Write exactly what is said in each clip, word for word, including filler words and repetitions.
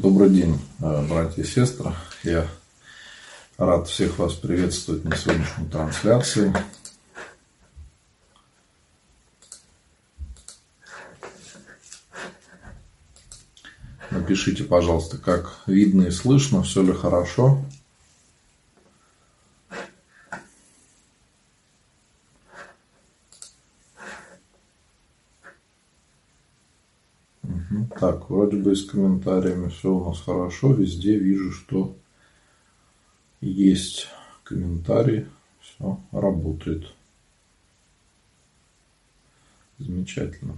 Добрый день, братья и сестры. Я рад всех вас приветствовать на сегодняшней трансляции. Напишите, пожалуйста, как видно и слышно, все ли хорошо. Так, вроде бы с комментариями все у нас хорошо. Везде вижу, что есть комментарии. Все работает. Замечательно.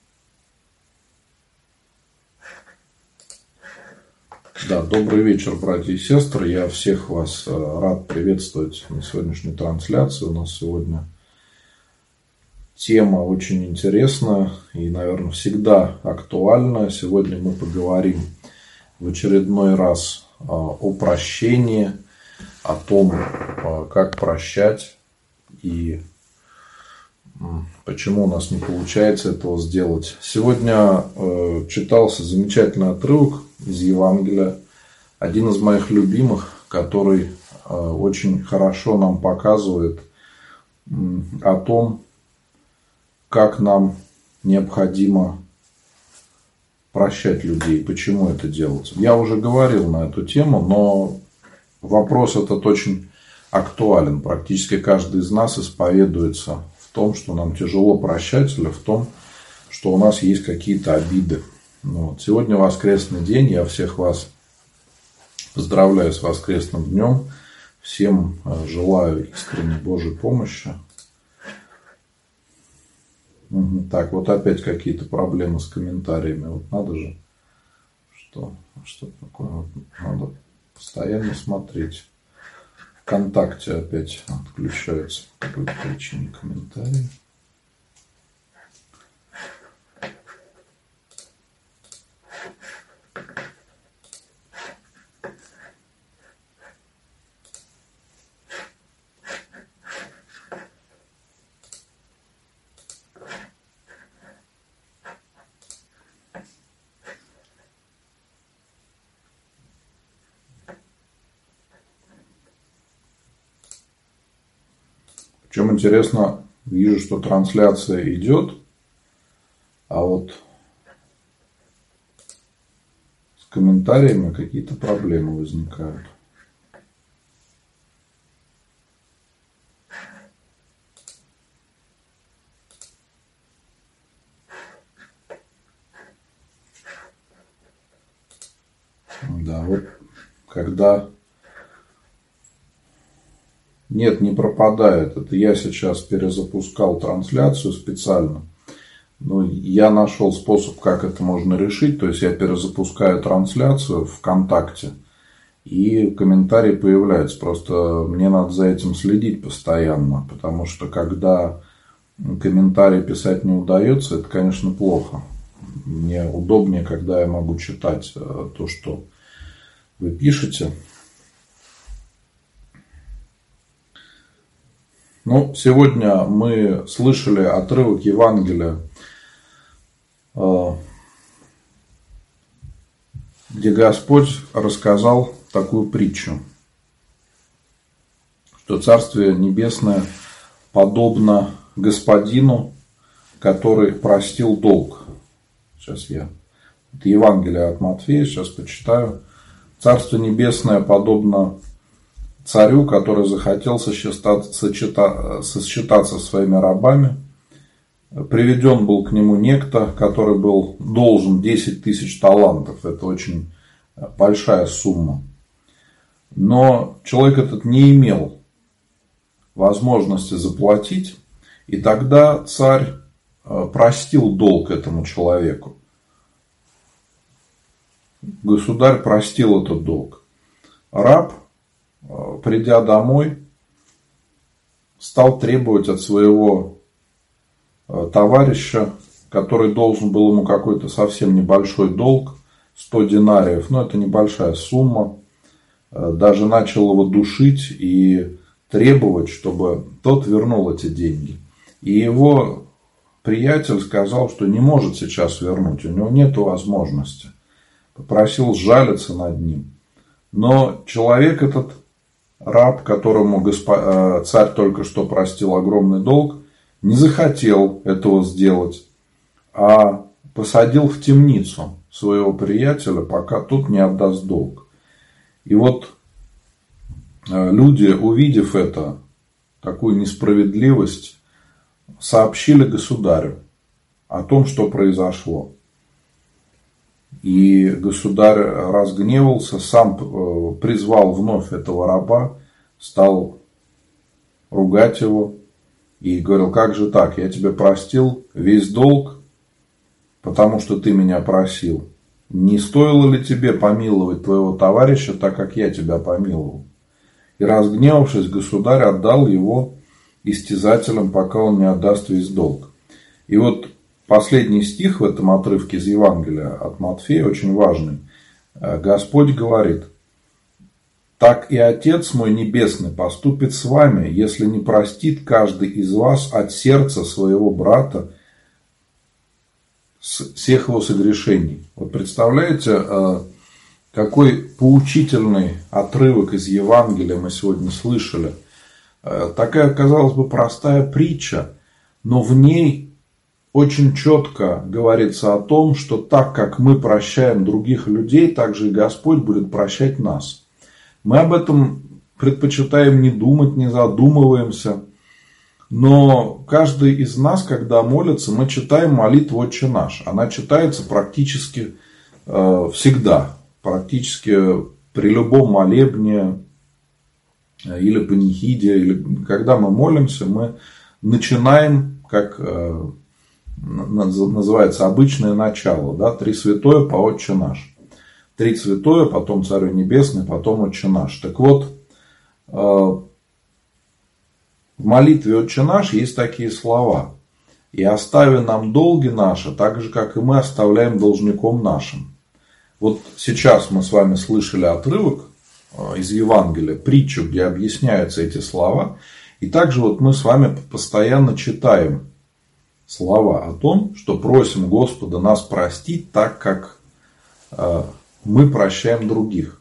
Да, добрый вечер, братья и сестры. Я всех вас рад приветствовать на сегодняшней трансляции. У нас сегодня тема очень интересная и, наверное, всегда актуальная. Сегодня мы поговорим в очередной раз о прощении, о том, как прощать и почему у нас не получается этого сделать. Сегодня читался замечательный отрывок из Евангелия, один из моих любимых, который очень хорошо нам показывает о том, как нам необходимо прощать людей, почему это делать. Я уже говорил на эту тему, но вопрос этот очень актуален. Практически каждый из нас исповедуется в том, что нам тяжело прощать, или в том, что у нас есть какие-то обиды. Вот. Сегодня воскресный день, я всех вас поздравляю с воскресным днем, всем желаю искренней Божьей помощи. Так, вот опять какие-то проблемы с комментариями. Вот надо же, что, что такое, вот надо постоянно смотреть. ВКонтакте опять отключаются по какой-то причине комментарии. Причем интересно, вижу, что трансляция идет, а вот с комментариями какие-то проблемы возникают. Да, вот когда... Нет, не пропадает. Это я сейчас перезапускал трансляцию специально. Но я нашел способ, как это можно решить. То есть я перезапускаю трансляцию в ВКонтакте, и комментарии появляются. Просто мне надо за этим следить постоянно. Потому что когда комментарии писать не удается, это, конечно, плохо. Мне удобнее, когда я могу читать то, что вы пишете. Ну, сегодня мы слышали отрывок Евангелия, где Господь рассказал такую притчу, что Царствие Небесное подобно господину, который простил долг. Сейчас я... Это Евангелие от Матфея, сейчас почитаю. Царствие Небесное подобно царю, который захотел сосчитаться, сосчитаться со своими рабами. Приведен был к нему некто, который был должен десять тысяч талантов. Это очень большая сумма. Но человек этот не имел возможности заплатить. И тогда царь простил долг этому человеку. Государь простил этот долг. Раб, придя домой, стал требовать от своего товарища, который должен был ему какой-то совсем небольшой долг, сто динариев, но это небольшая сумма, даже начал его душить и требовать, чтобы тот вернул эти деньги. И его приятель сказал, что не может сейчас вернуть, у него нет возможности. попросил сжалиться над ним. Но человек этот, раб, которому госпо... царь только что простил огромный долг, не захотел этого сделать, а посадил в темницу своего приятеля, пока тот не отдаст долг. И вот люди, увидев это, такую несправедливость, сообщили государю о том, что произошло. И государь разгневался, сам призвал вновь этого раба, стал ругать его и говорил: как же так, я тебе простил весь долг, потому что ты меня просил. Не стоило ли тебе помиловать твоего товарища, так как я тебя помиловал? И разгневавшись, государь отдал его истязателям, пока он не отдаст весь долг. И вот последний стих в этом отрывке из Евангелия от Матфея очень важный. Господь говорит: так и Отец мой Небесный поступит с вами, если не простит каждый из вас от сердца своего брата всех его согрешений. Вот представляете, какой поучительный отрывок из Евангелия мы сегодня слышали. Такая, казалось бы, простая притча, но в ней очень четко говорится о том, что так как мы прощаем других людей, так же и Господь будет прощать нас. Мы об этом предпочитаем не думать, не задумываемся. Но каждый из нас, когда молится, мы читаем молитву «Отче наш». Она читается практически э, всегда. Практически при любом молебне или панихиде. Или когда мы молимся, мы начинаем, как э, называется, обычное начало. Да? Три святое по «Отче наш». Три святое, потом Царю Небесный, потом «Отче наш». Так вот, э, в молитве «Отче наш» есть такие слова: «И остави нам долги наши, так же, как и мы оставляем должником нашим». Вот сейчас мы с вами слышали отрывок из Евангелия, притчу, где объясняются эти слова. И также вот мы с вами постоянно читаем слова о том, что просим Господа нас простить так, как мы прощаем других.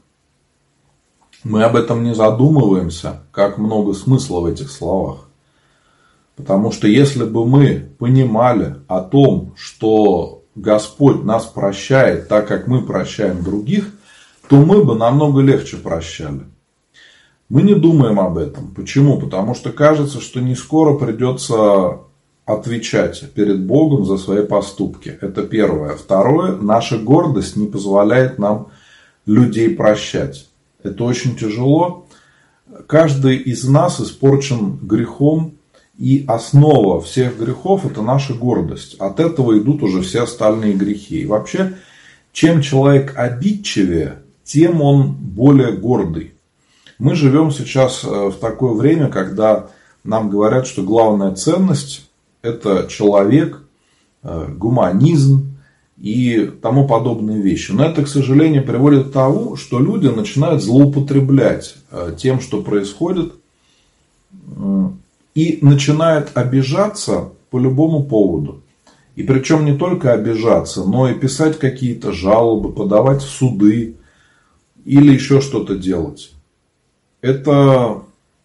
Мы об этом не задумываемся, как много смысла в этих словах. Потому что если бы мы понимали о том, что Господь нас прощает так, как мы прощаем других, то мы бы намного легче прощали. Мы не думаем об этом. Почему? Потому что кажется, что не скоро придется отвечать перед Богом за свои поступки. Это первое. Второе. Наша гордость не позволяет нам людей прощать. Это очень тяжело. Каждый из нас испорчен грехом. И основа всех грехов – это наша гордость. От этого идут уже все остальные грехи. И вообще, чем человек обидчивее, тем он более гордый. Мы живем сейчас в такое время, когда нам говорят, что главная ценность – это человек, гуманизм и тому подобные вещи. Но это, к сожалению, приводит к тому, что люди начинают злоупотреблять тем, что происходит, и начинают обижаться по любому поводу. И причем не только обижаться, но и писать какие-то жалобы, подавать в суды или еще что-то делать. Это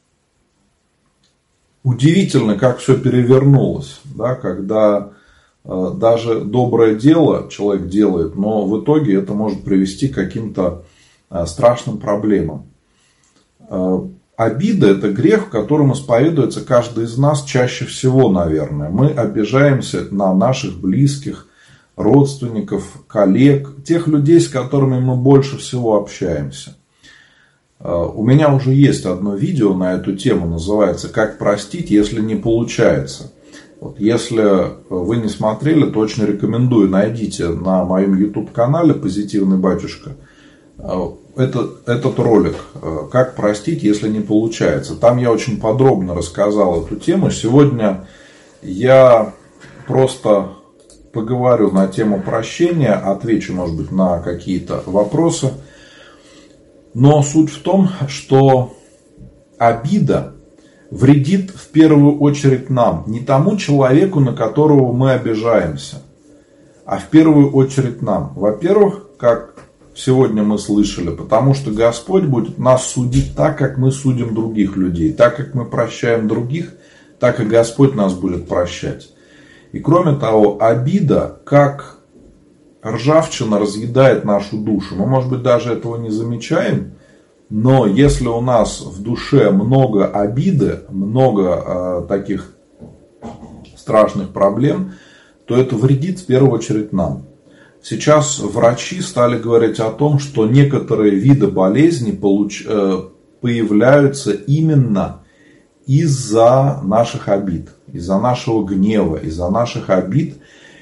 удивительно, как все перевернулось, да, когда э, даже доброе дело человек делает, но в итоге это может привести к каким-то э, страшным проблемам. Э, Обида – это грех, в котором исповедуется каждый из нас чаще всего, наверное. Мы обижаемся на наших близких, родственников, коллег, тех людей, с которыми мы больше всего общаемся. У меня уже есть одно видео на эту тему, называется «Как простить, если не получается». Вот, если вы не смотрели, то очень рекомендую, найдите на моем YouTube-канале «Позитивный батюшка» этот, этот ролик «Как простить, если не получается». Там я очень подробно рассказал эту тему. Сегодня я просто поговорю на тему прощения, отвечу, может быть, на какие-то вопросы. Но суть в том, что обида вредит в первую очередь нам, не тому человеку, на которого мы обижаемся, а в первую очередь нам. Во-первых, как сегодня мы слышали? Потому что Господь будет нас судить так, как мы судим других людей. Так, как мы прощаем других, так и Господь нас будет прощать. И кроме того, обида, как ржавчина, разъедает нашу душу. Мы, может быть, даже этого не замечаем. Но если у нас в душе много обиды, много э, таких страшных проблем, то это вредит в первую очередь нам. Сейчас врачи стали говорить о том, что некоторые виды болезней получ... э, появляются именно из-за наших обид, из-за нашего гнева, из-за наших обид.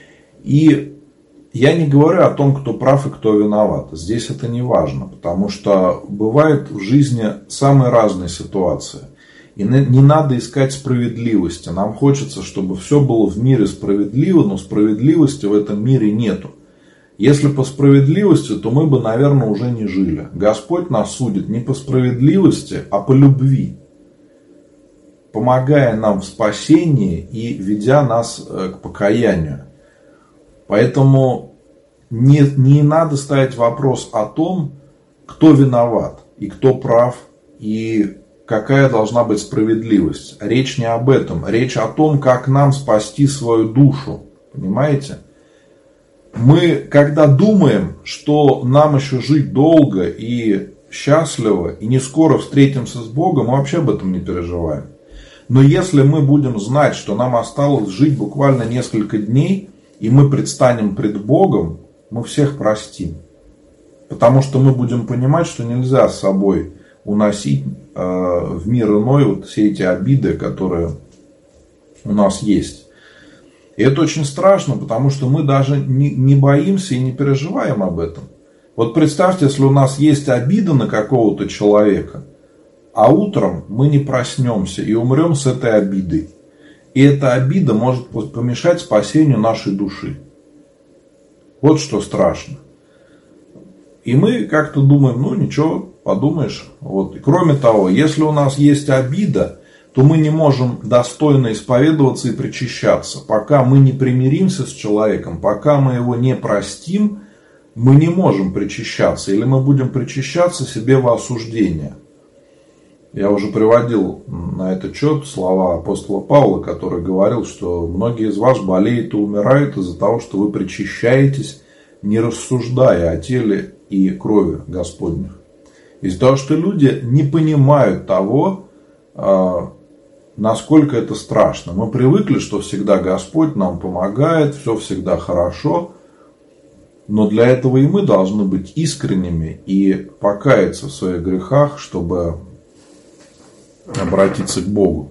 И я не говорю о том, кто прав и кто виноват. Здесь это не важно, потому что бывают в жизни самые разные ситуации. И не надо искать справедливости. Нам хочется, чтобы все было в мире справедливо, но справедливости в этом мире нету. Если по справедливости, то мы бы, наверное, уже не жили. Господь нас судит не по справедливости, а по любви, помогая нам в спасении и ведя нас к покаянию. Поэтому не, не надо ставить вопрос о том, кто виноват и кто прав, и какая должна быть справедливость. Речь не об этом. Речь о том, как нам спасти свою душу. Понимаете? Мы, когда думаем, что нам еще жить долго и счастливо, и не скоро встретимся с Богом, мы вообще об этом не переживаем. Но если мы будем знать, что нам осталось жить буквально несколько дней, и мы предстанем пред Богом, мы всех простим. Потому что мы будем понимать, что нельзя с собой уносить э, в мир иной вот все эти обиды, которые у нас есть. И это очень страшно, потому что мы даже не, не боимся и не переживаем об этом. Вот представьте, если у нас есть обида на какого-то человека, а утром мы не проснемся и умрем с этой обидой. И эта обида может помешать спасению нашей души. Вот что страшно. И мы как-то думаем, ну ничего, подумаешь. Вот. И кроме того, если у нас есть обида, то мы не можем достойно исповедоваться и причащаться. Пока мы не примиримся с человеком, пока мы его не простим, мы не можем причащаться. Или мы будем причащаться себе во осуждение. Я уже приводил на этот счет слова апостола Павла, который говорил, что многие из вас болеют и умирают из-за того, что вы причащаетесь, не рассуждая о теле и крови Господних. Из-за того, что люди не понимают того, насколько это страшно. Мы привыкли, что всегда Господь нам помогает, все всегда хорошо. Но для этого и мы должны быть искренними и покаяться в своих грехах, чтобы обратиться к Богу.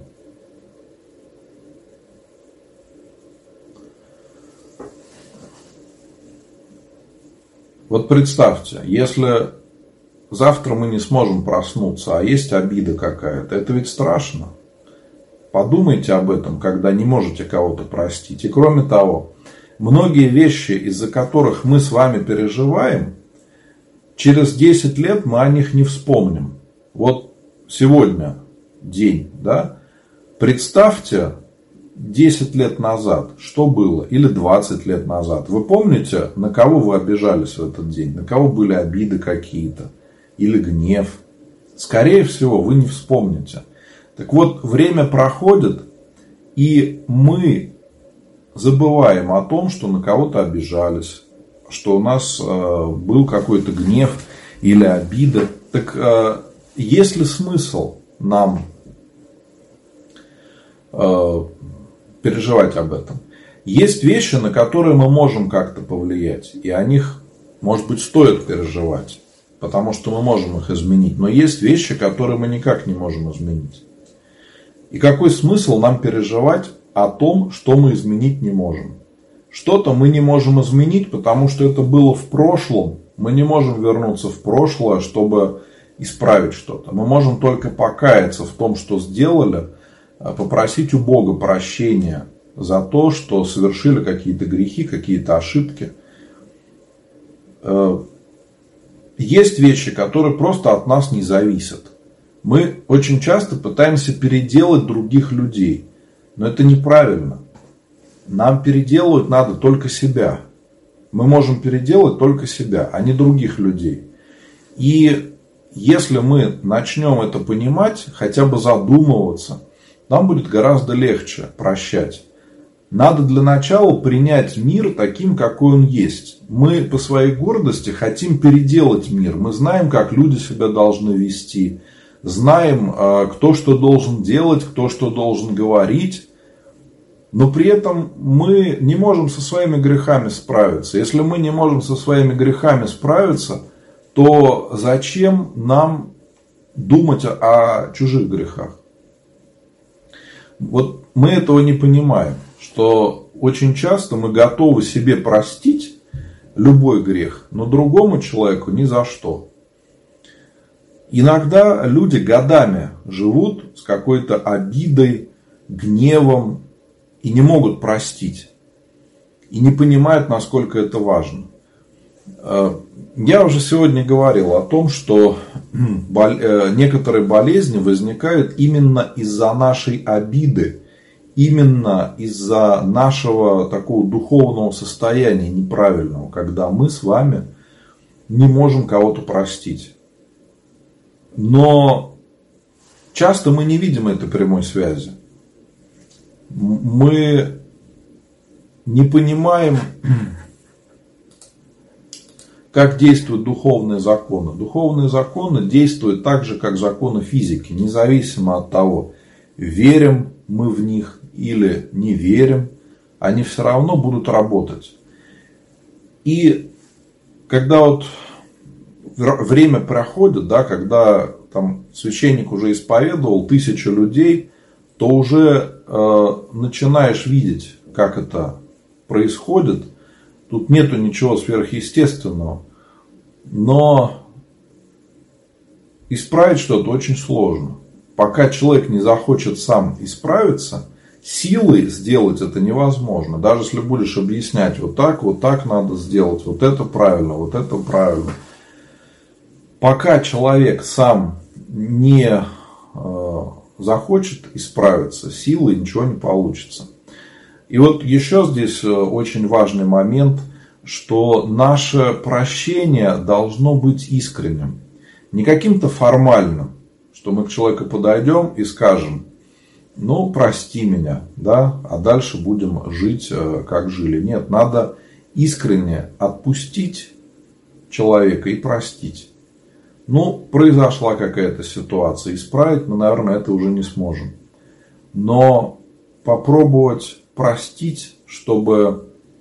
Вот представьте, если завтра мы не сможем проснуться, а есть обида какая-то, это ведь страшно. Подумайте об этом, когда не можете кого-то простить. И кроме того, многие вещи, из-за которых мы с вами переживаем, через десять лет мы о них не вспомним. Вот сегодня день, да? Представьте десять лет назад, что было, или двадцать лет назад. Вы помните, на кого вы обижались в этот день? На кого были обиды какие-то? Или гнев? Скорее всего, вы не вспомните. Так вот, время проходит, и мы забываем о том, что на кого-то обижались, что у нас э, был какой-то гнев или обида. Так э, есть ли смысл нам э, переживать об этом? Есть вещи, на которые мы можем как-то повлиять, и о них, может быть, стоит переживать, потому что мы можем их изменить. Но есть вещи, которые мы никак не можем изменить. И какой смысл нам переживать о том, что мы изменить не можем? Что-то мы не можем изменить, потому что это было в прошлом. Мы не можем вернуться в прошлое, чтобы исправить что-то. Мы можем только покаяться в том, что сделали, попросить у Бога прощения за то, что совершили какие-то грехи, какие-то ошибки. Есть вещи, которые просто от нас не зависят. Мы очень часто пытаемся переделать других людей. Но это неправильно. Нам переделывать надо только себя. Мы можем переделать только себя, а не других людей. И если мы начнем это понимать, хотя бы задумываться, нам будет гораздо легче прощать. Надо для начала принять мир таким, какой он есть. Мы по своей гордости хотим переделать мир. Мы знаем, как люди себя должны вести. Знаем, кто что должен делать, кто что должен говорить. Но при этом мы не можем со своими грехами справиться. Если мы не можем со своими грехами справиться, то зачем нам думать о чужих грехах? Вот мы этого не понимаем, что очень часто мы готовы себе простить любой грех, но другому человеку ни за что. Иногда люди годами живут с какой-то обидой, гневом и не могут простить. И не понимают, насколько это важно. Я уже сегодня говорил о том, что некоторые болезни возникают именно из-за нашей обиды, именно из-за нашего такого духовного состояния неправильного, когда мы с вами не можем кого-то простить. Но часто мы не видим этой прямой связи. Мы не понимаем, как действуют духовные законы. Духовные законы действуют так же, как законы физики, независимо от того, верим мы в них или не верим, они все равно будут работать. И когда вот время проходит, да, когда там священник уже исповедовал тысячу людей, то уже э, начинаешь видеть, как это происходит. Тут нету ничего сверхъестественного. Но исправить что-то очень сложно. Пока человек не захочет сам исправиться, силой сделать это невозможно. Даже если будешь объяснять, вот так, вот так надо сделать, вот это правильно, вот это правильно. Пока человек сам не э, захочет исправиться, силой ничего не получится. И вот еще здесь очень важный момент, что наше прощение должно быть искренним. Не каким-то формальным, что мы к человеку подойдем и скажем, ну, прости меня, да, а дальше будем жить, как жили. Нет, надо искренне отпустить человека и простить. Ну, произошла какая-то ситуация, исправить мы, наверное, это уже не сможем. Но попробовать простить, чтобы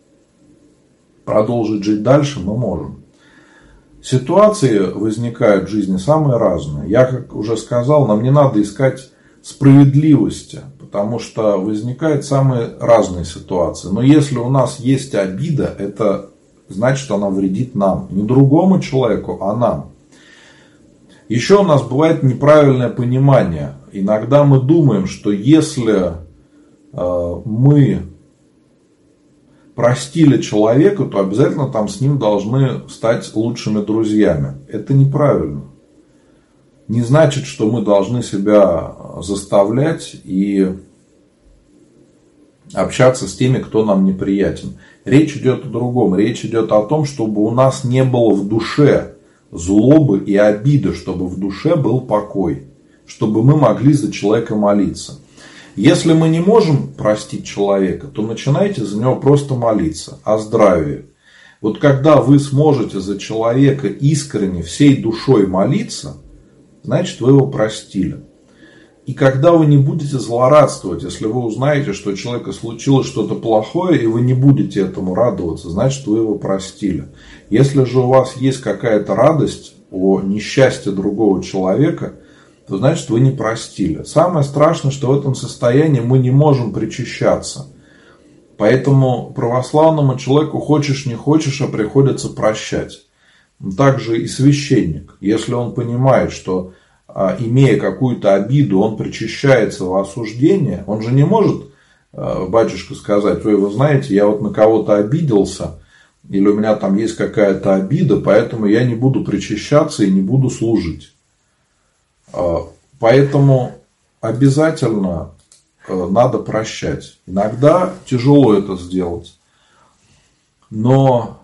продолжить жить дальше, мы можем. Ситуации возникают в жизни самые разные. Я, как уже сказал, нам не надо искать справедливости, потому что возникают самые разные ситуации. Но если у нас есть обида, это значит, что она вредит нам. Не другому человеку, а нам. Еще у нас бывает неправильное понимание. Иногда мы думаем, что если э, мы простили человека, то обязательно там с ним должны стать лучшими друзьями. Это неправильно. Не значит, что мы должны себя заставлять и общаться с теми, кто нам неприятен. Речь идет о другом. Речь идет о том, чтобы у нас не было в душе злобы и обиды, чтобы в душе был покой, чтобы мы могли за человека молиться. Если мы не можем простить человека, то начинайте за него просто молиться о здравии. Вот когда вы сможете за человека искренне, всей душой молиться, значит, вы его простили. И когда вы не будете злорадствовать, если вы узнаете, что у человека случилось что-то плохое, и вы не будете этому радоваться, значит, вы его простили. Если же у вас есть какая-то радость о несчастье другого человека, то значит, вы не простили. Самое страшное, что в этом состоянии мы не можем причащаться. Поэтому православному человеку хочешь не хочешь, а приходится прощать. Также и священник. Если он понимает, что имея какую-то обиду, он причащается в осуждение, он же не может, батюшка, сказать, ой, вы знаете, я вот на кого-то обиделся, или у меня там есть какая-то обида, поэтому я не буду причащаться и не буду служить. Поэтому обязательно надо прощать. Иногда тяжело это сделать, но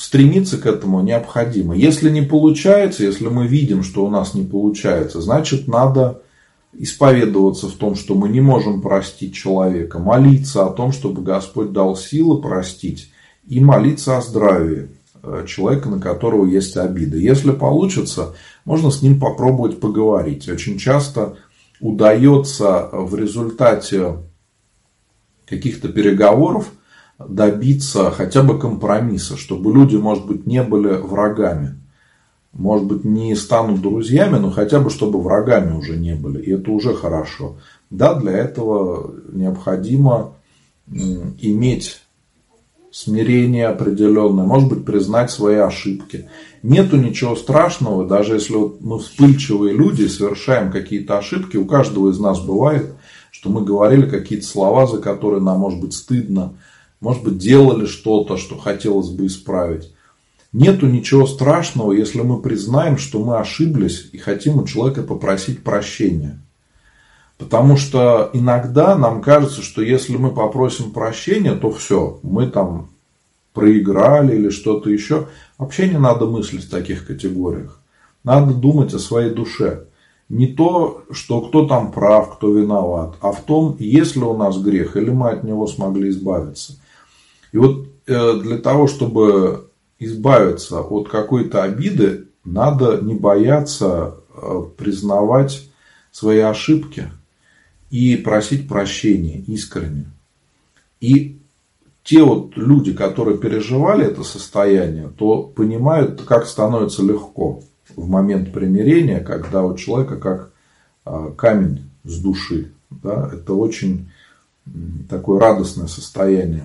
стремиться к этому необходимо. Если не получается, если мы видим, что у нас не получается, значит, надо исповедоваться в том, что мы не можем простить человека, молиться о том, чтобы Господь дал силы простить, и молиться о здравии человека, на которого есть обида. Если получится, можно с ним попробовать поговорить. Очень часто удается в результате каких-то переговоров добиться хотя бы компромисса, чтобы люди, может быть, не были врагами. Может быть, не станут друзьями, но хотя бы, чтобы врагами уже не были. И это уже хорошо. Да, для этого необходимо иметь смирение определенное, может быть, признать свои ошибки. Нету ничего страшного, даже если вот мы вспыльчивые люди, совершаем какие-то ошибки, у каждого из нас бывает, что мы говорили какие-то слова, за которые нам, может быть, стыдно, может быть, делали что-то, что хотелось бы исправить. Нету ничего страшного, если мы признаем, что мы ошиблись и хотим у человека попросить прощения. Потому что иногда нам кажется, что если мы попросим прощения, то все, мы там проиграли или что-то еще. Вообще не надо мыслить в таких категориях. Надо думать о своей душе. Не то, что кто там прав, кто виноват, а в том, есть ли у нас грех или мы от него смогли избавиться. И вот для того, чтобы избавиться от какой-то обиды, надо не бояться признавать свои ошибки и просить прощения искренне. И те вот люди, которые переживали это состояние, то понимают, как становится легко в момент примирения, когда у человека как камень с души. Да, это очень такое радостное состояние.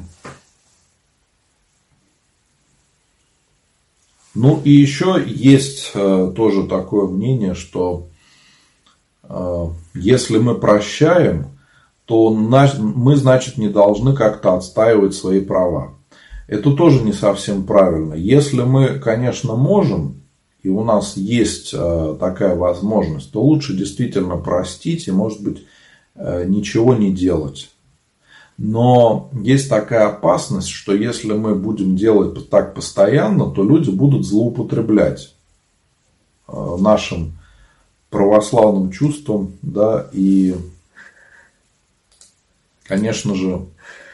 Ну и еще есть тоже такое мнение, что если мы прощаем, то мы, значит, не должны как-то отстаивать свои права. Это тоже не совсем правильно. Если мы, конечно, можем, и у нас есть такая возможность, то лучше действительно простить и, может быть, ничего не делать. Но есть такая опасность, что если мы будем делать так постоянно, то люди будут злоупотреблять нашим православным чувством, да, и, конечно же,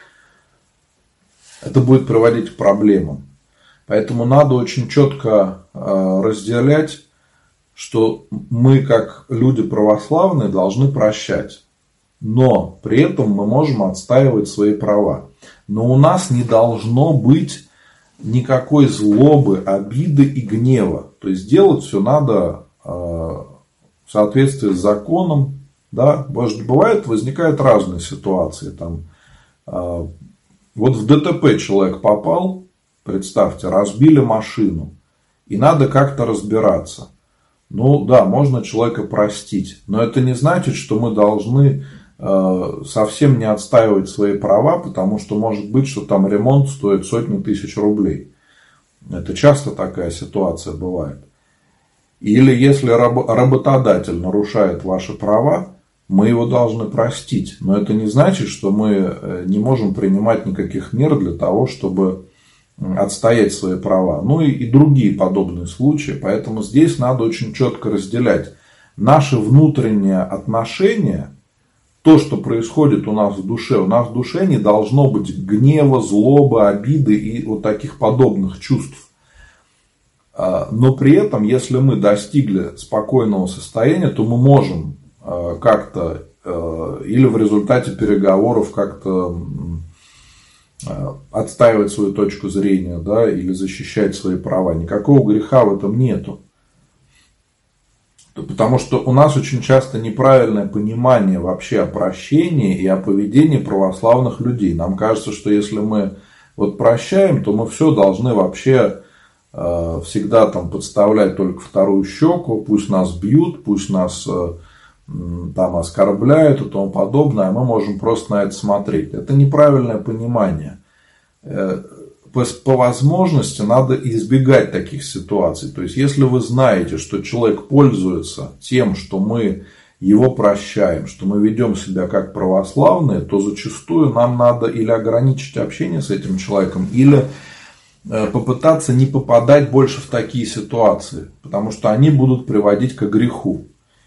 это будет приводить к проблемам. Поэтому надо очень четко разделять, что мы, как люди православные, должны прощать. Но при этом мы можем отстаивать свои права. Но у нас не должно быть никакой злобы, обиды и гнева. То есть делать все надо в соответствии с законом. Да? Может, бывает, возникают разные ситуации. Там, вот в ДТП человек попал, представьте, разбили машину. И надо как-то разбираться. Ну да, можно человека простить. Но это не значит, что мы должны совсем не отстаивать свои права, потому что может быть, что там ремонт стоит сотни тысяч рублей. Это часто такая ситуация бывает. Или если работодатель нарушает ваши права, мы его должны простить. Но это не значит, что мы не можем принимать никаких мер для того, чтобы отстоять свои права. Ну и, и другие подобные случаи. Поэтому здесь надо очень четко разделять наши внутренние отношения. То, что происходит у нас в душе, у нас в душе не должно быть гнева, злобы, обиды и вот таких подобных чувств. Но при этом, если мы достигли спокойного состояния, то мы можем как-то или в результате переговоров как-то отстаивать свою точку зрения, да, или защищать свои права. Никакого греха в этом нету. Потому что у нас очень часто неправильное понимание вообще о прощении и о поведении православных людей. Нам кажется, что если мы вот прощаем, то мы все должны вообще э, всегда там подставлять только вторую щеку, пусть нас бьют, пусть нас э, там оскорбляют и тому подобное, а мы можем просто на это смотреть. Это неправильное понимание. Э, По, по возможности надо избегать таких ситуаций. То есть, если вы знаете, что человек пользуется тем, что мы его прощаем, что мы ведем себя как православные, то зачастую нам надо или ограничить общение с этим человеком, или попытаться не попадать больше в такие ситуации, потому что они будут приводить к греху.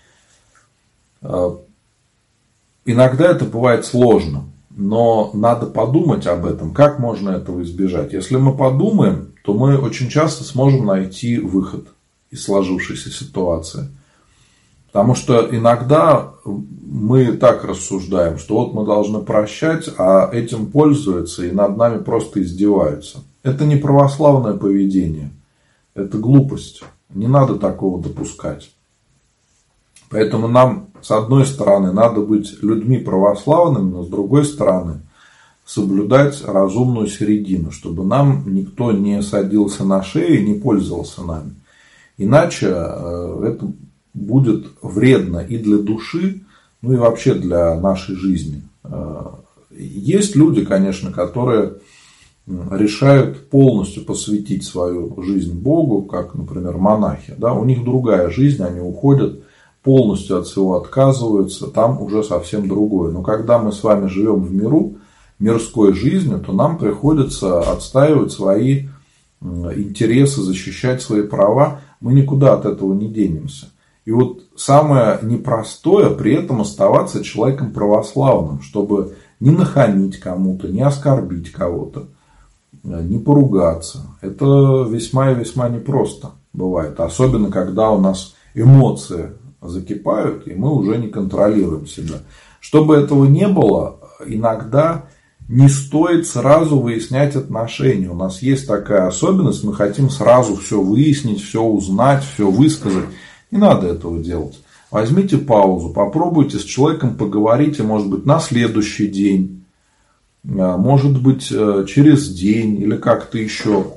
Иногда это бывает сложно, но надо подумать об этом, как можно этого избежать. Если мы подумаем, то мы очень часто сможем найти выход из сложившейся ситуации. Потому что иногда мы так рассуждаем, что вот мы должны прощать, а этим пользуются и над нами просто издеваются. Это не православное поведение, это глупость. Не надо такого допускать. Поэтому нам, с одной стороны, надо быть людьми православными, но с другой стороны, соблюдать разумную середину, чтобы нам никто не садился на шею и не пользовался нами. Иначе это будет вредно и для души, ну и вообще для нашей жизни. Есть люди, конечно, которые решают полностью посвятить свою жизнь Богу, как, например, монахи. Да? У них другая жизнь, они уходят, полностью от всего отказываются, там уже совсем другое. Но когда мы с вами живем в миру, мирской жизнью, то нам приходится отстаивать свои интересы, защищать свои права. Мы никуда от этого не денемся. И вот самое непростое при этом оставаться человеком православным, чтобы не нахамить кому-то, не оскорбить кого-то, не поругаться. Это весьма и весьма непросто бывает. Особенно, когда у нас эмоции закипают, и мы уже не контролируем себя. Чтобы этого не было, иногда не стоит сразу выяснять отношения. У нас есть такая особенность, мы хотим сразу все выяснить, все узнать, все высказать. Не надо этого делать. Возьмите паузу, попробуйте с человеком поговорить, может быть, на следующий день, может быть, через день или как-то еще.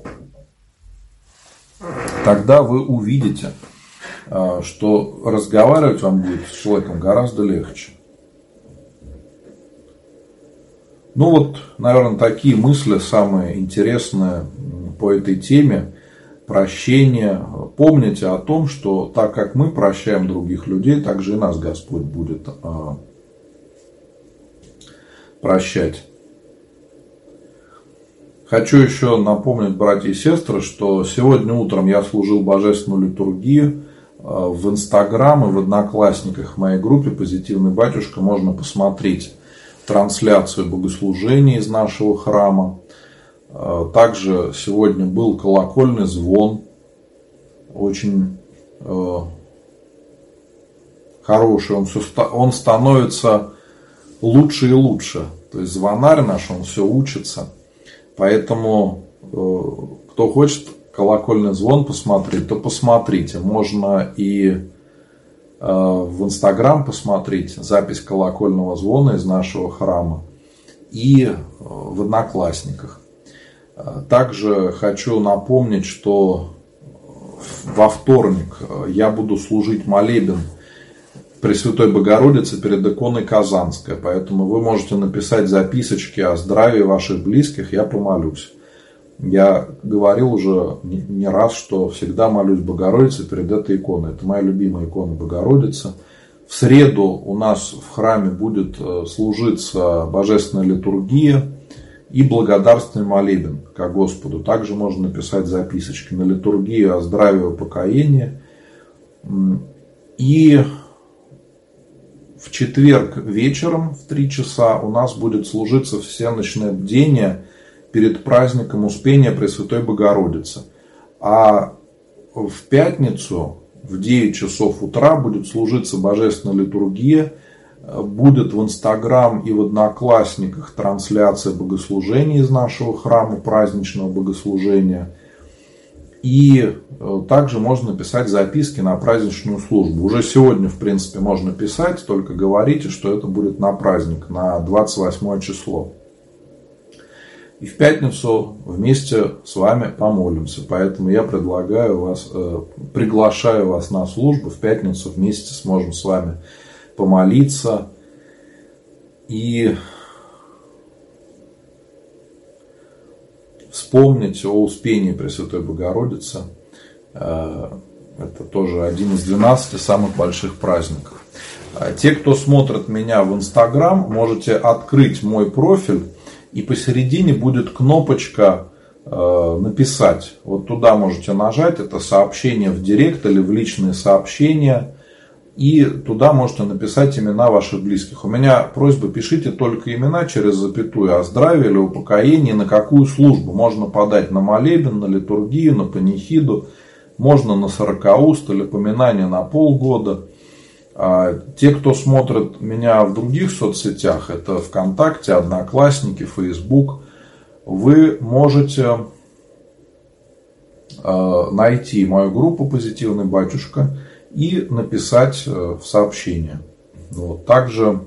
Тогда вы увидите, что разговаривать вам будет с человеком гораздо легче. Ну вот, наверное, такие мысли самые интересные по этой теме. Прощение. Помните о том, что так как мы прощаем других людей, так же и нас Господь будет прощать. Хочу еще напомнить, братья и сестры, что сегодня утром я служил божественную литургию в Инстаграм и в Одноклассниках в моей группе «Позитивный батюшка». Можно посмотреть трансляцию богослужения из нашего храма. Также сегодня был колокольный звон, очень э, хороший, он, все, он становится лучше и лучше, то есть звонарь наш, он все учится, поэтому э, кто хочет колокольный звон посмотреть, то посмотрите, можно и э, в Инстаграм посмотреть запись колокольного звона из нашего храма, и э, в Одноклассниках. Также хочу напомнить, что во вторник я буду служить молебен Пресвятой Богородице перед иконой Казанской. Поэтому вы можете написать записочки о здравии ваших близких, я помолюсь. Я говорил уже не раз, что всегда молюсь Богородице перед этой иконой. Это моя любимая икона Богородица. В среду у нас в храме будет служиться божественная литургия и благодарственный молебен ко Господу. Также можно написать записочки на литургию о здравии и упокоении. И в четверг вечером в три часа у нас будет служиться всеночное бдение перед праздником Успения Пресвятой Богородицы. А в пятницу в девять часов утра будет служиться божественная литургия. Будет в Инстаграм и в Одноклассниках трансляция богослужения из нашего храма, праздничного богослужения. И также можно писать записки на праздничную службу. Уже сегодня, в принципе, можно писать, только говорите, что это будет на праздник, на двадцать восьмое число. И в пятницу вместе с вами помолимся. Поэтому я предлагаю вас, приглашаю вас на службу. В пятницу вместе сможем с вами помолиться и вспомнить о Успении Пресвятой Богородицы. Это тоже один из двенадцати самых больших праздников. Те, кто смотрит меня в Инстаграм, можете открыть мой профиль, и посередине будет кнопочка написать. Вот туда можете нажать, это сообщение в директ или в личные сообщения. И туда можете написать имена ваших близких. У меня просьба, пишите только имена через запятую, о здравии или упокоении, на какую службу. Можно подать на молебен, на литургию, на панихиду. Можно на сорокауст или поминание на полгода. Те, кто смотрит меня в других соцсетях, это ВКонтакте, Одноклассники, Фейсбук, вы можете найти мою группу «Позитивный батюшка» и написать в сообщение. Вот. Также,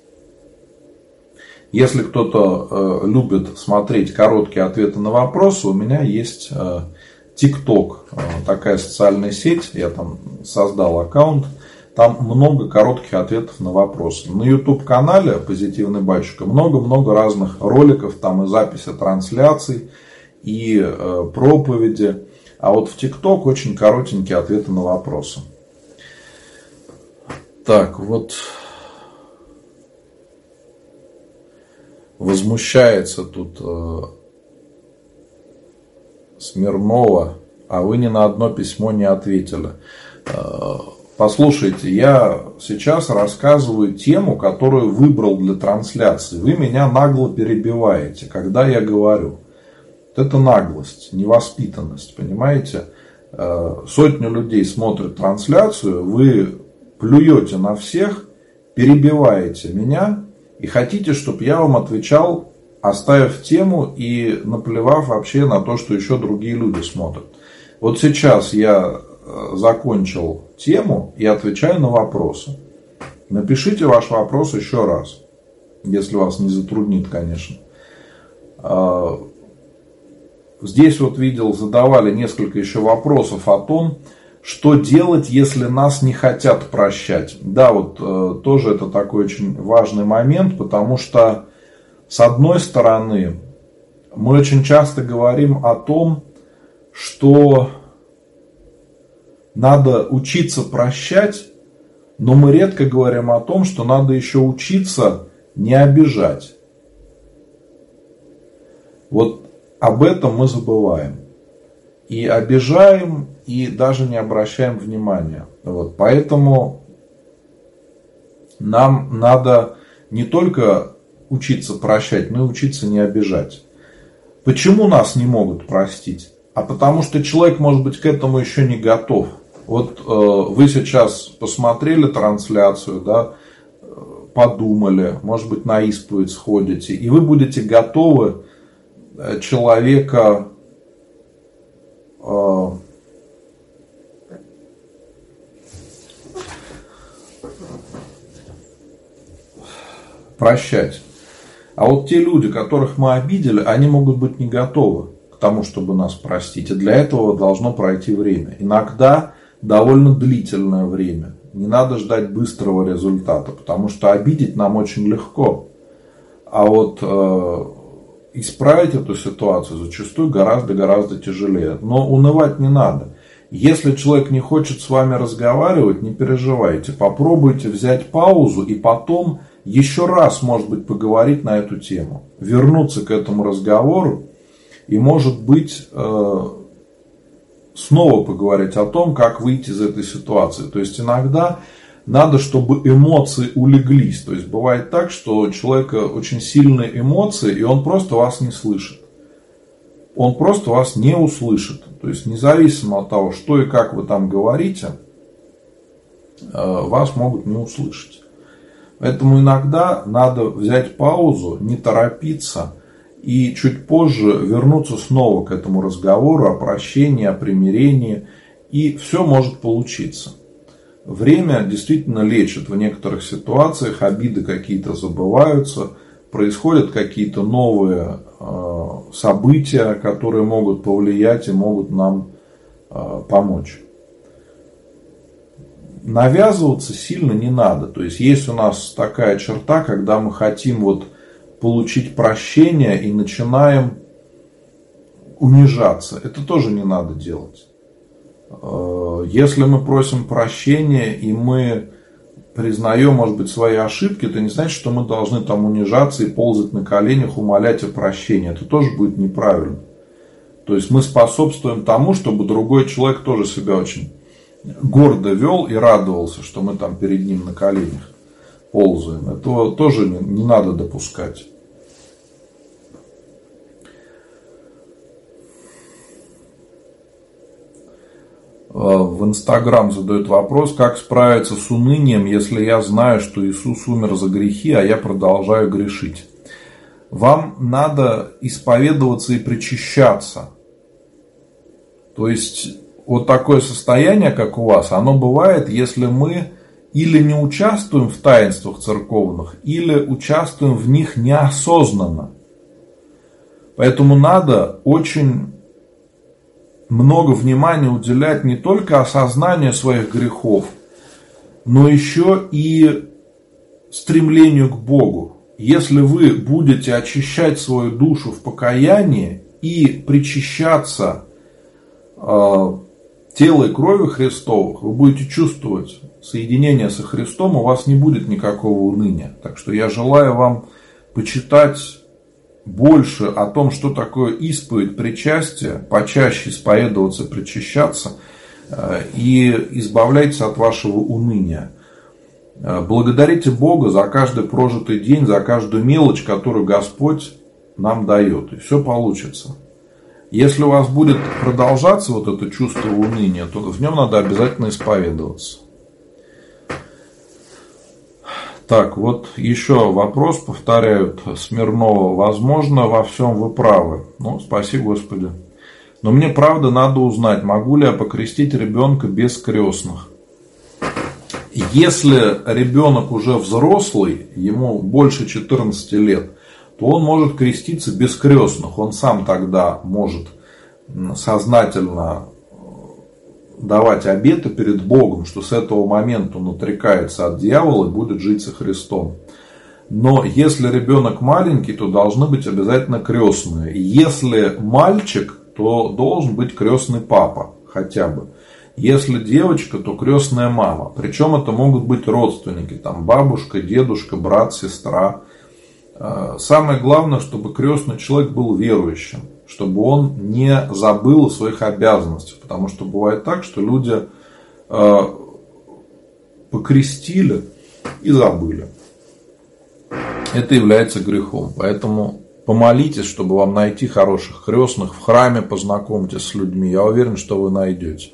если кто-то любит смотреть короткие ответы на вопросы, у меня есть ТикТок, такая социальная сеть, я там создал аккаунт. Там много коротких ответов на вопросы. На YouTube-канале «Позитивный батюшка» много-много разных роликов. Там и записи трансляций, и э, проповеди. А вот в TikTok очень коротенькие ответы на вопросы. Так, вот. Возмущается тут э, Смирнова. А вы ни на одно письмо не ответили. Послушайте, я сейчас рассказываю тему, которую выбрал для трансляции. Вы меня нагло перебиваете, когда я говорю. Вот это наглость, невоспитанность, понимаете? Сотню людей смотрят трансляцию, вы плюете на всех, перебиваете меня и хотите, чтобы я вам отвечал, оставив тему и наплевав вообще на то, что еще другие люди смотрят. Вот сейчас я закончил тему и отвечаю на вопросы. Напишите ваш вопрос еще раз, если вас не затруднит, конечно. Здесь вот видел, задавали несколько еще вопросов о том, что делать, если нас не хотят прощать. Да, вот тоже это такой очень важный момент, потому что, с одной стороны, мы очень часто говорим о том, что надо учиться прощать, но мы редко говорим о том, что надо еще учиться не обижать. Вот об этом мы забываем. И обижаем, и даже не обращаем внимания. Вот. Поэтому нам надо не только учиться прощать, но и учиться не обижать. Почему нас не могут простить? А потому что человек, может быть, к этому еще не готов. Вот э, вы сейчас посмотрели трансляцию, да, подумали, может быть, на исповедь сходите, и вы будете готовы человека э, прощать. А вот те люди, которых мы обидели, они могут быть не готовы к тому, чтобы нас простить. И для этого должно пройти время. Иногда довольно длительное время. Не надо ждать быстрого результата, потому что обидеть нам очень легко. А вот э, исправить эту ситуацию зачастую гораздо-гораздо тяжелее. Но унывать не надо. Если человек не хочет с вами разговаривать, не переживайте. Попробуйте взять паузу и потом еще раз, может быть, поговорить на эту тему. Вернуться к этому разговору и, может быть, э, снова поговорить о том, как выйти из этой ситуации. То есть иногда надо, чтобы эмоции улеглись. То есть бывает так, что у человека очень сильные эмоции, и он просто вас не слышит. Он просто вас не услышит. То есть независимо от того, что и как вы там говорите, вас могут не услышать. Поэтому иногда надо взять паузу, не торопиться и чуть позже вернуться снова к этому разговору о прощении, о примирении. И все может получиться. Время действительно лечит. В некоторых ситуациях обиды какие-то забываются, происходят какие-то новые э, события, которые могут повлиять и могут нам э, помочь. Навязываться сильно не надо. То есть есть у нас такая черта, когда мы хотим вот получить прощение и начинаем унижаться. Это тоже не надо делать. Если мы просим прощения и мы признаем, может быть, свои ошибки, это не значит, что мы должны там унижаться и ползать на коленях, умолять о прощении. Это тоже будет неправильно. То есть мы способствуем тому, чтобы другой человек тоже себя очень гордо вел и радовался, что мы там перед ним на коленях ползаем. Этого тоже не, не надо допускать. В Инстаграм задают вопрос, как справиться с унынием, если я знаю, что Иисус умер за грехи, а я продолжаю грешить. Вам надо исповедоваться и причащаться. То есть вот такое состояние, как у вас, оно бывает, если мы или не участвуем в таинствах церковных, или участвуем в них неосознанно. Поэтому надо очень много внимания уделять не только осознанию своих грехов, но еще и стремлению к Богу. Если вы будете очищать свою душу в покаянии и причащаться э, тела и крови Христовых, вы будете чувствовать соединение со Христом, у вас не будет никакого уныния. Так что я желаю вам почитать больше о том, что такое исповедь, причастие, почаще исповедоваться, причащаться, и избавляйтесь от вашего уныния. Благодарите Бога за каждый прожитый день, за каждую мелочь, которую Господь нам дает, и все получится. Если у вас будет продолжаться вот это чувство уныния, то в нем надо обязательно исповедоваться. Так, вот еще вопрос, повторяют Смирнова. Возможно, во всем вы правы. Ну, спаси Господи. Но мне правда надо узнать, могу ли я покрестить ребенка без крестных. Если ребенок уже взрослый, ему больше четырнадцати лет, то он может креститься без крестных. Он сам тогда может сознательно давать обеты перед Богом, что с этого момента он отрекается от дьявола и будет жить со Христом. Но если ребенок маленький, то должны быть обязательно крестные. Если мальчик, то должен быть крестный папа хотя бы. Если девочка, то крестная мама. Причем это могут быть родственники, там бабушка, дедушка, брат, сестра. Самое главное, чтобы крестный человек был верующим, чтобы он не забыл о своих обязанностях. Потому что бывает так, что люди э, покрестили и забыли. Это является грехом. Поэтому помолитесь, чтобы вам найти хороших крестных. В храме познакомьтесь с людьми. Я уверен, что вы найдете.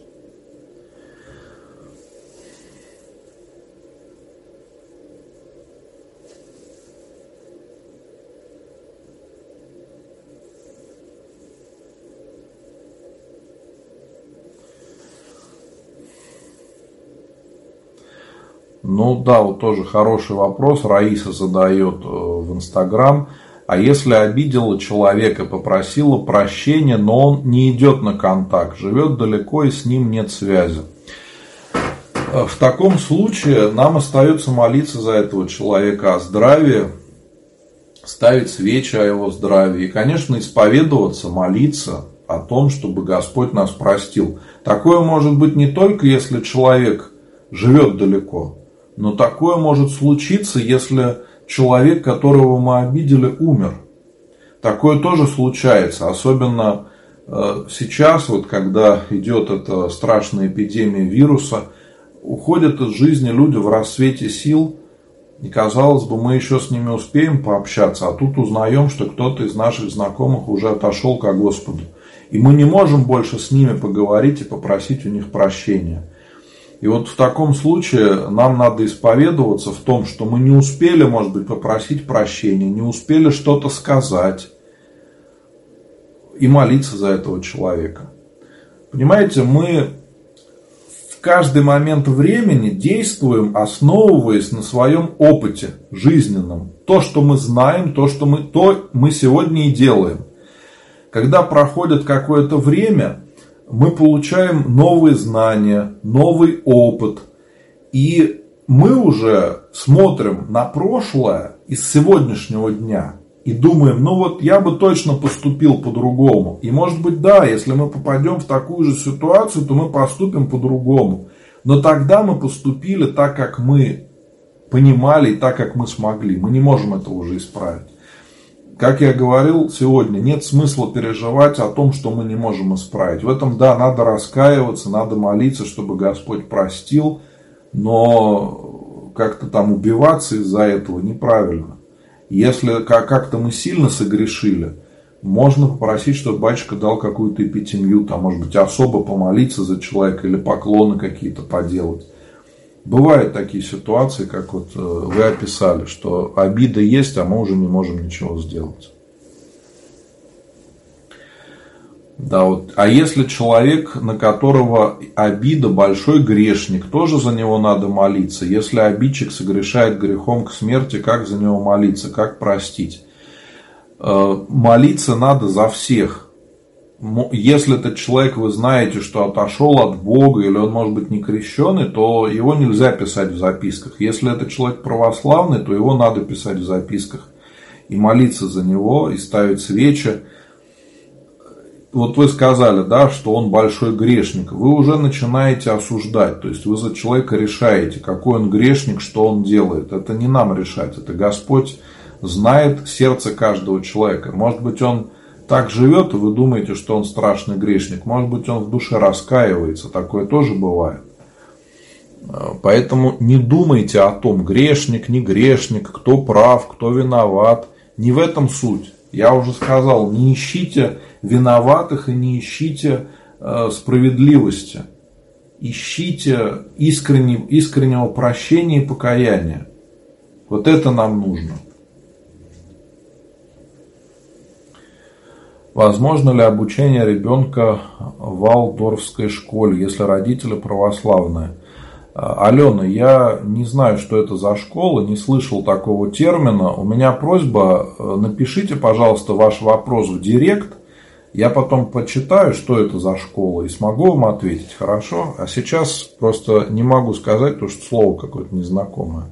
Ну да, вот тоже хороший вопрос. Раиса задает в Инстаграм. А если обидела человека, попросила прощения, но он не идет на контакт, живет далеко и с ним нет связи. В таком случае нам остается молиться за этого человека о здравии, ставить свечи о его здравии. И, конечно, исповедоваться, молиться о том, чтобы Господь нас простил. Такое может быть не только если человек живет далеко, но такое может случиться, если человек, которого мы обидели, умер. Такое тоже случается, особенно сейчас, вот, когда идет эта страшная эпидемия вируса, уходят из жизни люди в рассвете сил, и, казалось бы, мы еще с ними успеем пообщаться, а тут узнаем, что кто-то из наших знакомых уже отошел ко Господу. И мы не можем больше с ними поговорить и попросить у них прощения. И вот в таком случае нам надо исповедоваться в том, что мы не успели, может быть, попросить прощения, не успели что-то сказать, и молиться за этого человека. Понимаете, мы в каждый момент времени действуем, основываясь на своем опыте жизненном. То, что мы знаем, то, что мы, то мы сегодня и делаем. Когда проходит какое-то время, мы получаем новые знания, новый опыт. И мы уже смотрим на прошлое из сегодняшнего дня и думаем, ну вот я бы точно поступил по-другому. И может быть, да, если мы попадем в такую же ситуацию, то мы поступим по-другому. Но тогда мы поступили так, как мы понимали, и так, как мы смогли. Мы не можем это уже исправить. как я говорил сегодня, нет смысла переживать о том, что мы не можем исправить. В этом, да, надо раскаиваться, надо молиться, чтобы Господь простил, но как-то там убиваться из-за этого неправильно. Если как-то мы сильно согрешили, можно попросить, чтобы батюшка дал какую-то эпитемью, там, может быть, особо помолиться за человека или поклоны какие-то поделать. Бывают такие ситуации, как вот вы описали, что обида есть, а мы уже не можем ничего сделать. Да, вот. А если человек, на которого обида, большой грешник, тоже за него надо молиться? Если обидчик согрешает грехом к смерти, как за него молиться, как простить? Молиться надо за всех. Если этот человек, вы знаете, что отошел от Бога, или он может быть не крещеный, то его нельзя писать в записках. Если этот человек православный, то его надо писать в записках. И молиться за него, и ставить свечи. Вот вы сказали, да, что он большой грешник. Вы уже начинаете осуждать. То есть вы за человека решаете, какой он грешник, что он делает. Это не нам решать. Это Господь знает сердце каждого человека. Может быть, он так живет, и вы думаете, что он страшный грешник. Может быть, он в душе раскаивается. Такое тоже бывает. Поэтому не думайте о том, грешник, не грешник, кто прав, кто виноват. Не в этом суть. Я уже сказал, не ищите виноватых и не ищите э, справедливости. Ищите искренне, искреннего прощения и покаяния. Вот это нам нужно. Возможно ли обучение ребенка в валдорфской школе, если родители православные? Алена, я не знаю, что это за школа, не слышал такого термина. У меня просьба, напишите, пожалуйста, ваш вопрос в директ. Я потом почитаю, что это за школа, и смогу вам ответить, хорошо? А сейчас просто не могу сказать, потому что слово какое-то незнакомое.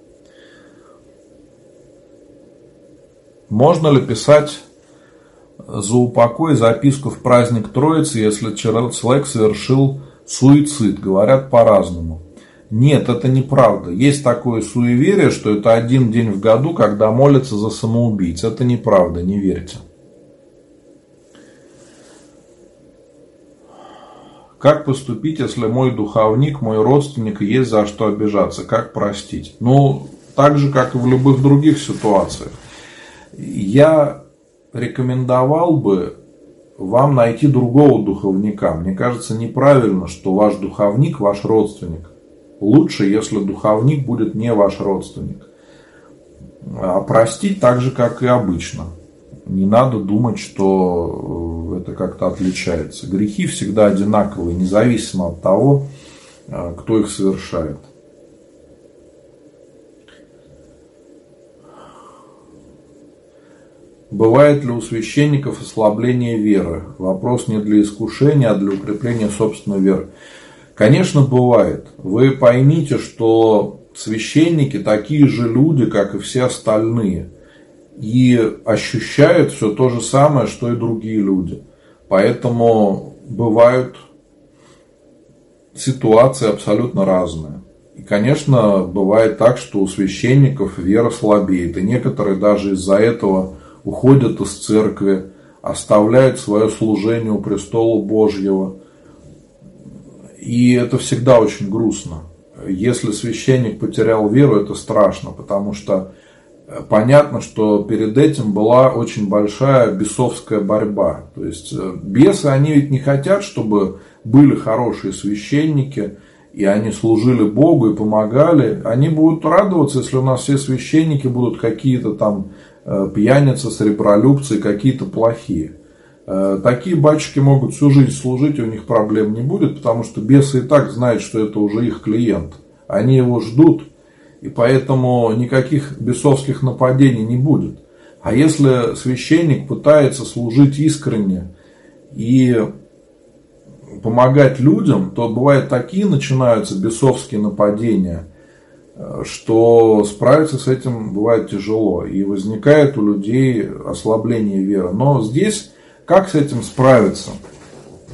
Можно ли писать за упокой записку в праздник Троицы, если человек совершил суицид? Говорят по-разному. Нет, это неправда. Есть такое суеверие, что это один день в году, когда молятся за самоубийц. Это неправда, не верьте. Как поступить, если мой духовник, мой родственник, есть за что обижаться? Как простить? Ну, так же, как и в любых других ситуациях. Я рекомендовал бы вам найти другого духовника. Мне кажется неправильно, что ваш духовник ваш родственник. Лучше, если духовник будет не ваш родственник. А простить так же, как и обычно. Не надо думать, что это как-то отличается. Грехи всегда одинаковые, независимо от того, кто их совершает. Бывает ли у священников ослабление веры? Вопрос не для искушения, а для укрепления собственной веры. Конечно, бывает. Вы поймите, что священники такие же люди, как и все остальные. И ощущают все то же самое, что и другие люди. Поэтому бывают ситуации абсолютно разные. И, конечно, бывает так, что у священников вера слабеет. И некоторые даже из-за этого уходят из церкви, оставляют свое служение у престола Божьего. И это всегда очень грустно. Если священник потерял веру, это страшно, потому что понятно, что перед этим была очень большая бесовская борьба. То есть бесы, они ведь не хотят, чтобы были хорошие священники, и они служили Богу и помогали. Они будут радоваться, если у нас все священники будут какие-то там пьяницы, сребролюбцы, какие-то плохие. Такие батюшки могут всю жизнь служить, и у них проблем не будет, потому что бесы и так знают, что это уже их клиент. Они его ждут, и поэтому никаких бесовских нападений не будет. А если священник пытается служить искренне и помогать людям, то бывают такие начинаются бесовские нападения, что справиться с этим бывает тяжело. И возникает у людей ослабление веры. Но здесь как с этим справиться?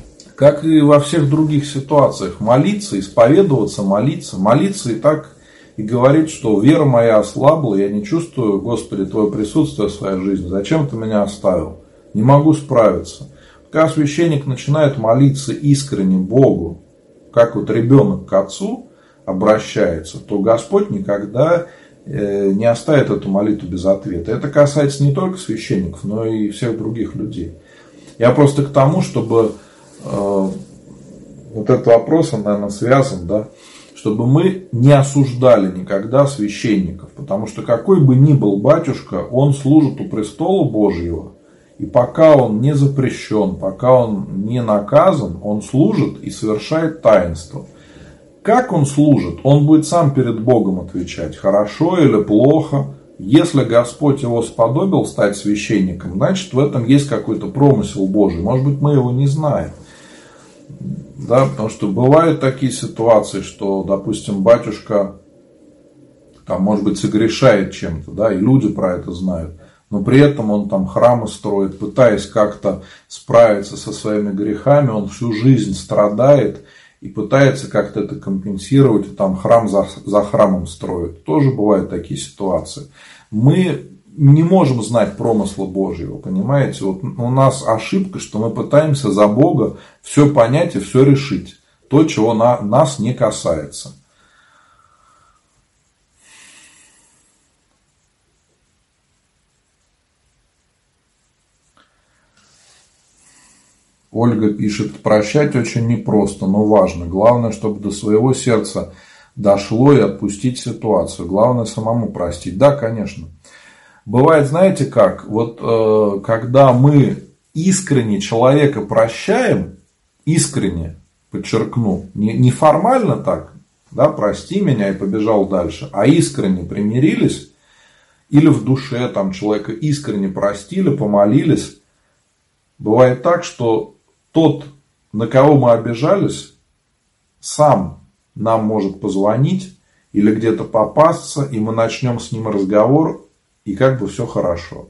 Как и во всех других ситуациях. Молиться, исповедоваться, молиться. Молиться и так и говорить, что вера моя ослабла, я не чувствую, Господи, Твое присутствие в своей жизни, зачем Ты меня оставил? Не могу справиться. Когда священник начинает молиться искренне Богу, как вот ребенок к отцу обращается, то Господь никогда не оставит эту молитву без ответа. Это касается не только священников, но и всех других людей. Я просто к тому, чтобы э, вот этот вопрос, он, наверное, связан, да, чтобы мы не осуждали никогда священников, потому что какой бы ни был батюшка, он служит у престола Божьего, и пока он не запрещен, пока он не наказан, он служит и совершает таинство. Как он служит, он будет сам перед Богом отвечать, хорошо или плохо. Если Господь его сподобил стать священником, значит, в этом есть какой-то промысел Божий. Может быть, мы его не знаем. Да, потому что бывают такие ситуации, что, допустим, батюшка, там, может быть, согрешает чем-то, да, и люди про это знают. Но при этом он там храмы строит, пытаясь как-то справиться со своими грехами, он всю жизнь страдает и пытается как-то это компенсировать, и там храм за, за храмом строит. Тоже бывают такие ситуации. Мы не можем знать промысла Божьего, понимаете? Вот у нас ошибка, что мы пытаемся за Бога все понять и все решить. То, чего на, нас не касается. Ольга пишет, прощать очень непросто, но важно. Главное, чтобы до своего сердца дошло и отпустить ситуацию. Главное самому простить. Да, конечно. Бывает, знаете как, вот э, когда мы искренне человека прощаем, искренне, подчеркну, не, не формально так, да, прости меня и побежал дальше, а искренне примирились, или в душе там человека искренне простили, помолились, бывает так, что тот, на кого мы обижались, сам нам может позвонить или где-то попасться, и мы начнем с ним разговор, и как бы все хорошо.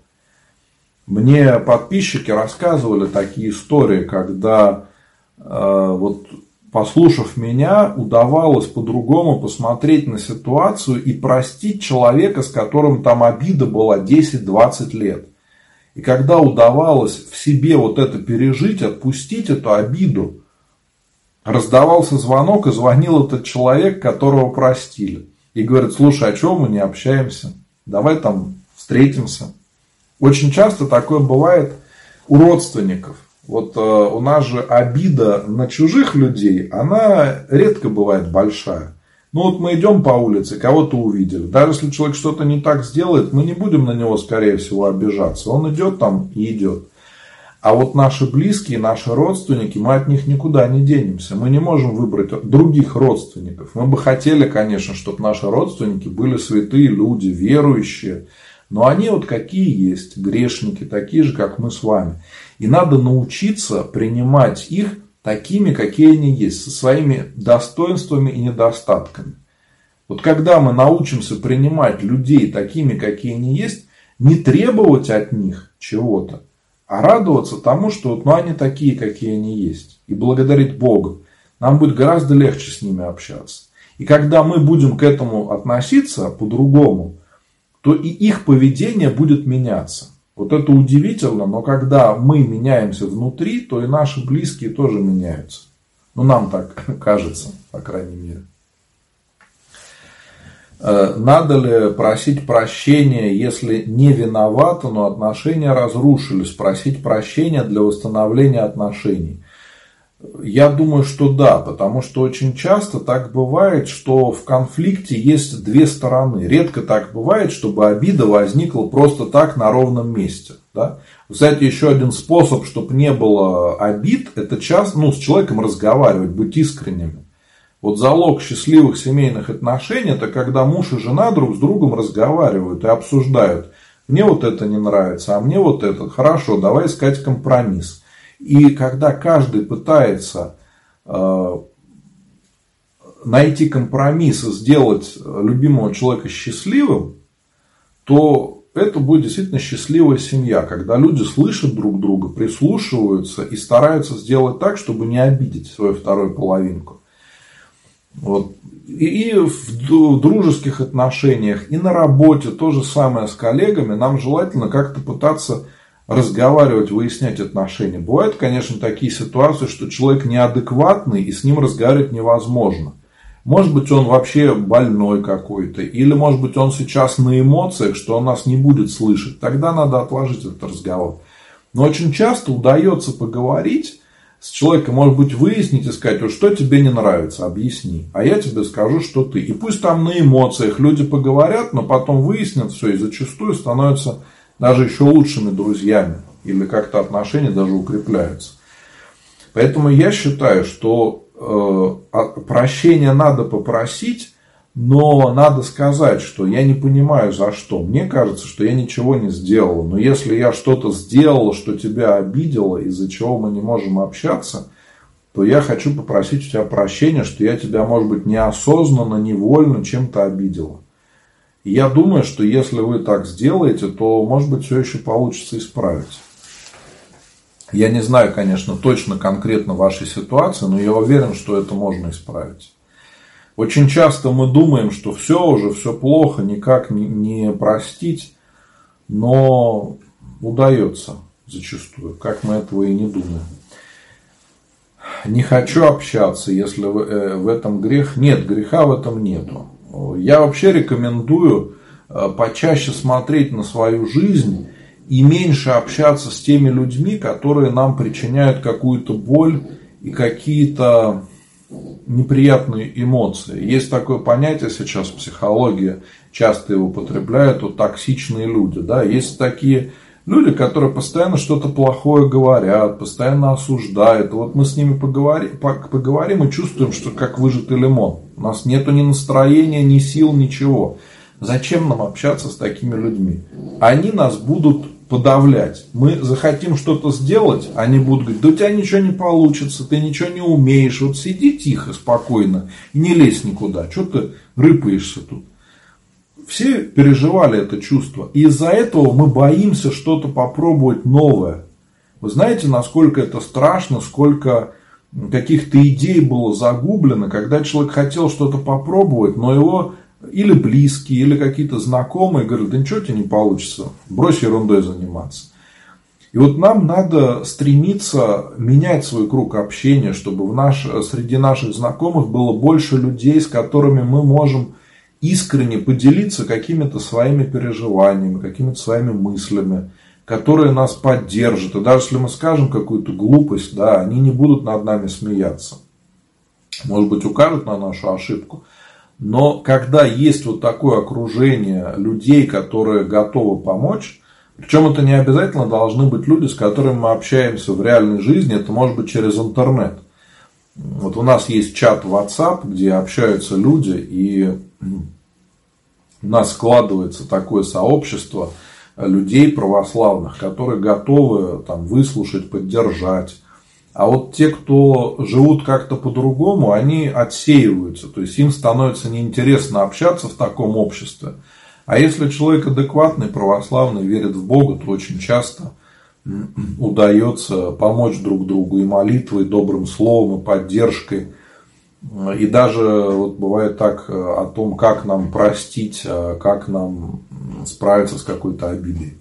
Мне подписчики рассказывали такие истории, когда, э, вот, послушав меня, удавалось по-другому посмотреть на ситуацию и простить человека, с которым там обида была десять-двадцать лет. И когда удавалось в себе вот это пережить, отпустить эту обиду, раздавался звонок, и звонил этот человек, которого простили. И говорит, слушай, а чего мы не общаемся? Давай там встретимся. Очень часто такое бывает у родственников. Вот э, у нас же обида на чужих людей, она редко бывает большая. Ну вот мы идем по улице, кого-то увидели. Даже если человек что-то не так сделает, мы не будем на него, скорее всего, обижаться. Он идет там и идет. А вот наши близкие, наши родственники, мы от них никуда не денемся. Мы не можем выбрать других родственников. Мы бы хотели, конечно, чтобы наши родственники были святые люди, верующие. Но они вот какие есть, грешники, такие же, как мы с вами. И надо научиться принимать их такими, какие они есть, со своими достоинствами и недостатками. Вот когда мы научимся принимать людей такими, какие они есть, не требовать от них чего-то, а радоваться тому, что ну, они такие, какие они есть. И благодарить Бога. Нам будет гораздо легче с ними общаться. И когда мы будем к этому относиться по-другому, то и их поведение будет меняться. Вот это удивительно, но когда мы меняемся внутри, то и наши близкие тоже меняются. Ну, нам так кажется, по крайней мере. Надо ли просить прощения, если не виноваты, но отношения разрушились? Просить прощения для восстановления отношений? Я думаю, что да, потому что очень часто так бывает, что в конфликте есть две стороны. Редко так бывает, чтобы обида возникла просто так на ровном месте. Да? Кстати, еще один способ, чтобы не было обид, это часто, ну, с человеком разговаривать, быть искренними. Вот залог счастливых семейных отношений, это когда муж и жена друг с другом разговаривают и обсуждают. Мне вот это не нравится, а мне вот это. Хорошо, давай искать компромисс. И когда каждый пытается э, найти компромисс и сделать любимого человека счастливым, то это будет действительно счастливая семья, когда люди слышат друг друга, прислушиваются и стараются сделать так, чтобы не обидеть свою вторую половинку. Вот. И в дружеских отношениях, и на работе то же самое с коллегами. Нам желательно как-то пытаться разговаривать, выяснять отношения. Бывают, конечно, такие ситуации, что человек неадекватный, и с ним разговаривать невозможно. Может быть, он вообще больной какой-то, или, может быть, он сейчас на эмоциях, что он нас не будет слышать. Тогда надо отложить этот разговор. Но очень часто удается поговорить с человеком, может быть, выяснить и сказать, вот что тебе не нравится, объясни. А я тебе скажу, что ты. И пусть там на эмоциях люди поговорят, но потом выяснят все и зачастую становятся даже еще лучшими друзьями. Или как-то отношения даже укрепляются. Поэтому я считаю, что э, прощения надо попросить, но надо сказать, что я не понимаю за что. Мне кажется, что я ничего не сделал. Но если я что-то сделал, что тебя обидело, из-за чего мы не можем общаться, то я хочу попросить у тебя прощения, что я тебя, может быть, неосознанно, невольно чем-то обидела. И я думаю, что если вы так сделаете, то, может быть, все еще получится исправить. Я не знаю, конечно, точно конкретно вашей ситуации, но я уверен, что это можно исправить. Очень часто мы думаем, что все уже, все плохо, никак не, не простить, но удается зачастую, как мы этого и не думаем. Не хочу общаться, если в этом грех. Нет, греха в этом нету. Я вообще рекомендую почаще смотреть на свою жизнь и меньше общаться с теми людьми, которые нам причиняют какую-то боль и какие-то неприятные эмоции. Есть такое понятие сейчас в психологии, часто его употребляют, вот токсичные люди. Да? Есть такие люди, которые постоянно что-то плохое говорят, постоянно осуждают. И вот мы с ними поговорим, поговорим и чувствуем, что как выжатый лимон. У нас нету ни настроения, ни сил, ничего. Зачем нам общаться с такими людьми? Они нас будут подавлять. Мы захотим что-то сделать, они будут говорить, да у тебя ничего не получится, ты ничего не умеешь, вот сиди тихо, спокойно и не лезь никуда, что ты рыпаешься тут. Все переживали это чувство, и из-за этого мы боимся что-то попробовать новое. Вы знаете, насколько это страшно, сколько каких-то идей было загублено, когда человек хотел что-то попробовать, но его или близкие, или какие-то знакомые говорят, да ничего тебе не получится, брось ерундой заниматься. И вот нам надо стремиться менять свой круг общения, чтобы в наш, среди наших знакомых было больше людей, с которыми мы можем искренне поделиться какими-то своими переживаниями, какими-то своими мыслями, которые нас поддержат. И даже если мы скажем какую-то глупость, да, они не будут над нами смеяться. Может быть, укажут на нашу ошибку. Но когда есть вот такое окружение людей, которые готовы помочь, причем это не обязательно должны быть люди, с которыми мы общаемся в реальной жизни, это может быть через интернет. Вот у нас есть чат WhatsApp, где общаются люди, и у нас складывается такое сообщество людей православных, которые готовы там, выслушать, поддержать. А вот те, кто живут как-то по-другому, они отсеиваются. То есть им становится неинтересно общаться в таком обществе. А если человек адекватный, православный, верит в Бога, то очень часто удается помочь друг другу и молитвой, и добрым словом, и поддержкой. И даже вот бывает так о том, как нам простить, как нам справиться с какой-то обидой.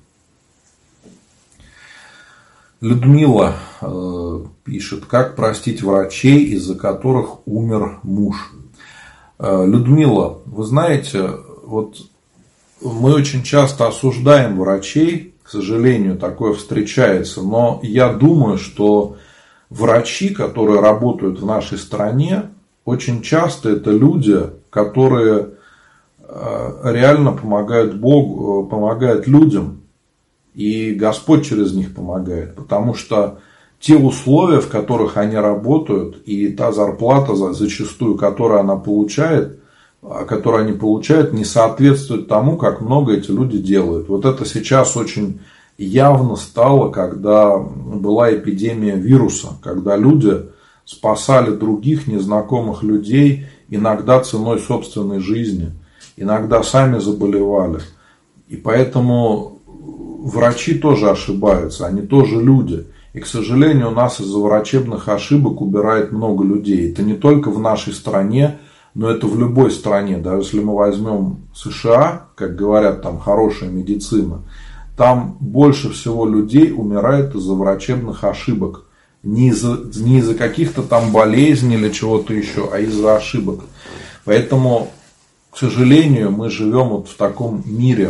Людмила э, пишет, как простить врачей, из-за которых умер муж. Э, Людмила, вы знаете, вот мы очень часто осуждаем врачей, к сожалению, такое встречается, но я думаю, что врачи, которые работают в нашей стране, очень часто это люди, которые э, реально помогают Богу, помогают людям. И Господь через них помогает, потому что те условия, в которых они работают, и та зарплата, зачастую, которую она получает, которую они получают, не соответствует тому, как много эти люди делают. Вот это сейчас очень явно стало, когда была эпидемия вируса, когда люди спасали других незнакомых людей, иногда ценой собственной жизни, иногда сами заболевали. И поэтому врачи тоже ошибаются, они тоже люди. И, к сожалению, у нас из-за врачебных ошибок убирает много людей. Это не только в нашей стране, Но это в любой стране. Даже если мы возьмем США, как говорят, там хорошая медицина, там больше всего людей умирает из-за врачебных ошибок. Не из-за, не из-за каких-то там болезней или чего-то еще, а из-за ошибок. Поэтому, к сожалению, мы живем вот в таком мире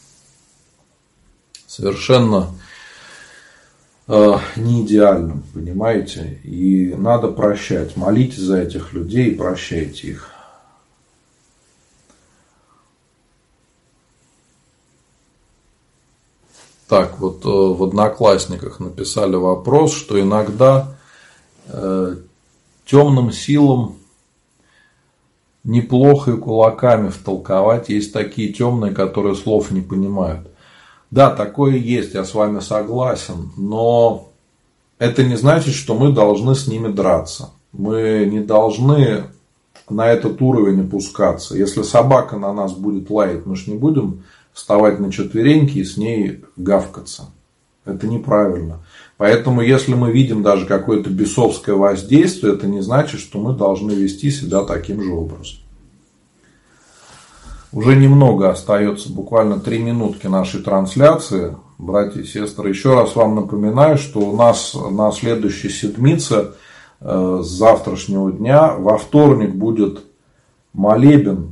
совершенно э, не идеальном, понимаете? И надо прощать. Молитесь за этих людей и прощайте их. Так, вот э, в Одноклассниках написали вопрос, что иногда э, темным силам неплохо и кулаками втолковать. Есть такие темные, которые слов не понимают. Да, такое есть, я с вами согласен. Но это не значит, что мы должны с ними драться. Мы не должны на этот уровень опускаться. Если собака на нас будет лаять, мы же не будем вставать на четвереньки и с ней гавкаться. Это неправильно. Поэтому, если мы видим даже какое-то бесовское воздействие, это не значит, что мы должны вести себя таким же образом. Уже немного остается, буквально три минутки нашей трансляции. Братья и сестры, еще раз вам напоминаю, что у нас на следующей седмице, с завтрашнего дня, во вторник будет молебен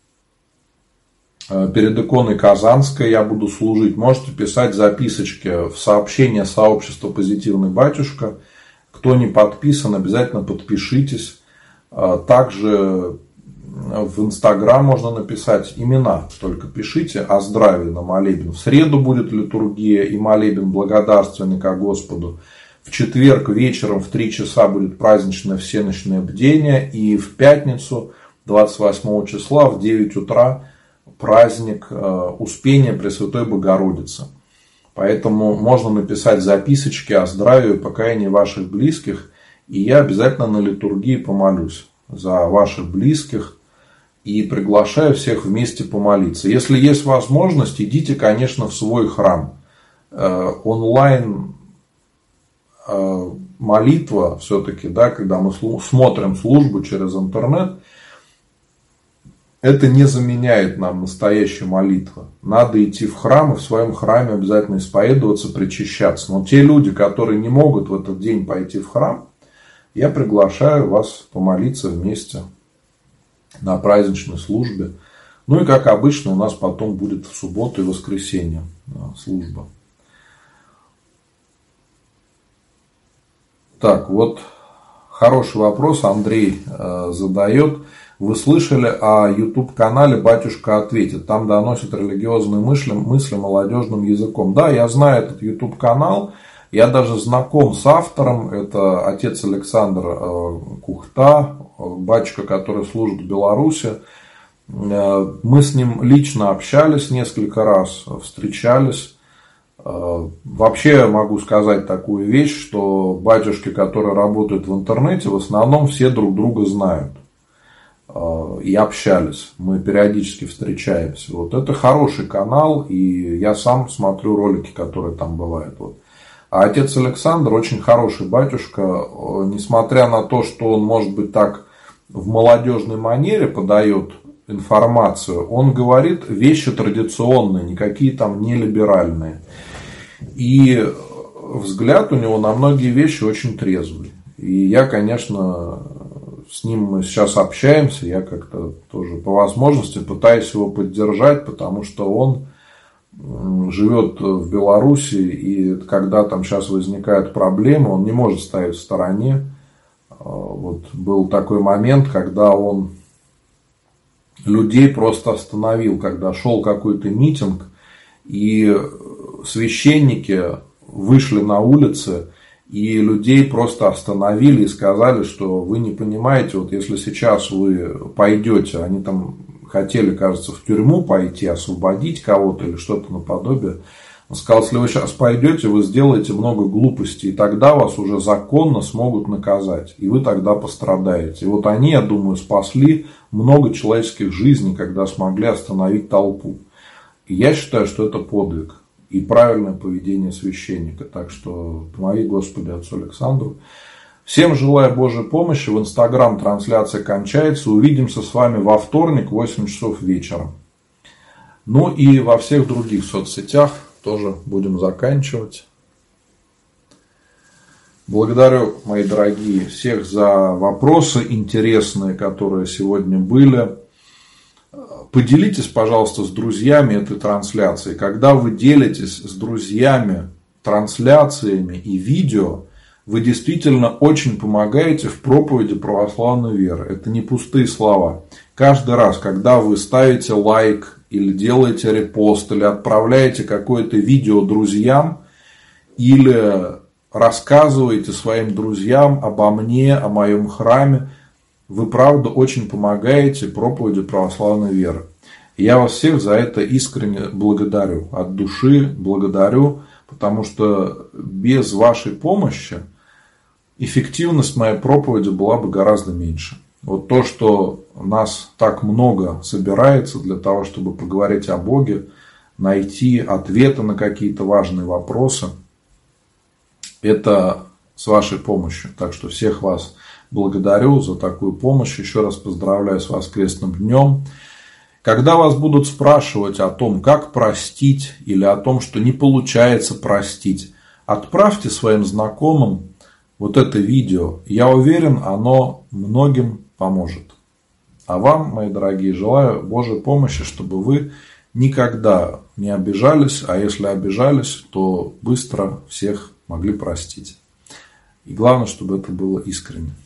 перед иконой Казанской. Я буду служить. Можете писать записочки в сообщение сообщества «Позитивный батюшка». Кто не подписан, обязательно подпишитесь. Также в Инстаграм можно написать имена. Только пишите о здравии на молебен. В среду будет литургия и молебен благодарственный ко Господу. В четверг вечером в три часа будет праздничное всеночное бдение. И в пятницу двадцать восьмого числа в девять утра праздник Успения Пресвятой Богородицы. Поэтому можно написать записочки о здравии и покаянии ваших близких. И я обязательно на литургии помолюсь за ваших близких. И приглашаю всех вместе помолиться. Если есть возможность, идите, конечно, в свой храм. Онлайн молитва все-таки, да, когда мы смотрим службу через интернет, это не заменяет нам настоящую молитву. Надо идти в храм и в своем храме обязательно исповедоваться, причащаться. Но те люди, которые не могут в этот день пойти в храм, я приглашаю вас помолиться вместе на праздничной службе. Ну и как обычно у нас потом будет в субботу и воскресенье служба. Так, вот хороший вопрос Андрей задает. Вы слышали о YouTube-канале «Батюшка ответит»? Там доносят религиозные мысли, мысли молодежным языком. Да, я знаю этот YouTube-канал. Я даже знаком с автором. Это отец Александр Кухта, батюшка, который служит в Беларуси. Мы с ним лично общались несколько раз, встречались. Вообще могу сказать такую вещь, что батюшки, которые работают в интернете, в основном все друг друга знают. И общались. Мы периодически встречаемся. Вот это хороший канал, и я сам смотрю ролики, которые там бывают. Вот. А отец Александр очень хороший батюшка, несмотря на то, что он, может быть, так в молодежной манере подает информацию, он говорит вещи традиционные, никакие там не либеральные. И взгляд у него на многие вещи очень трезвый. И я, конечно, с ним мы сейчас общаемся, я как-то тоже по возможности пытаюсь его поддержать, потому что он живет в Беларуси, и когда там сейчас возникают проблемы, он не может стоять в стороне. Вот был такой момент, когда он людей просто остановил, когда шел какой-то митинг, и священники вышли на улицы, и людей просто остановили и сказали, что вы не понимаете, вот если сейчас вы пойдете, они там хотели, кажется, в тюрьму пойти, освободить кого-то или что-то наподобие. Он сказал, если вы сейчас пойдете, вы сделаете много глупостей, и тогда вас уже законно смогут наказать, и вы тогда пострадаете. И вот они, я думаю, спасли много человеческих жизней, когда смогли остановить толпу. И я считаю, что это подвиг и правильное поведение священника. Так что помоги, Господи, отцу Александру. Всем желаю Божьей помощи. В Инстаграм трансляция кончается. Увидимся с вами во вторник в восемь часов вечера. Ну и во всех других соцсетях тоже будем заканчивать. Благодарю, мои дорогие, всех за вопросы интересные, которые сегодня были. Поделитесь, пожалуйста, с друзьями этой трансляцией. Когда вы делитесь с друзьями трансляциями и видео, вы действительно очень помогаете в проповеди православной веры. Это не пустые слова. Каждый раз, когда вы ставите лайк или делаете репост, или отправляете какое-то видео друзьям, или рассказываете своим друзьям обо мне, о моем храме, вы, правда, очень помогаете проповеди православной веры. И я вас всех за это искренне благодарю. От души благодарю, потому что без вашей помощи эффективность моей проповеди была бы гораздо меньше. Вот то, что нас так много собирается для того, чтобы поговорить о Боге, найти ответы на какие-то важные вопросы, это с вашей помощью. Так что всех вас благодарю за такую помощь. Еще раз поздравляю с воскресным днем. Когда вас будут спрашивать о том, как простить, или о том, что не получается простить, отправьте своим знакомым вот это видео. Я уверен, оно многим поможет. А вам, мои дорогие, желаю Божьей помощи, чтобы вы никогда не обижались, а если обижались, то быстро всех могли простить. И главное, чтобы это было искренне.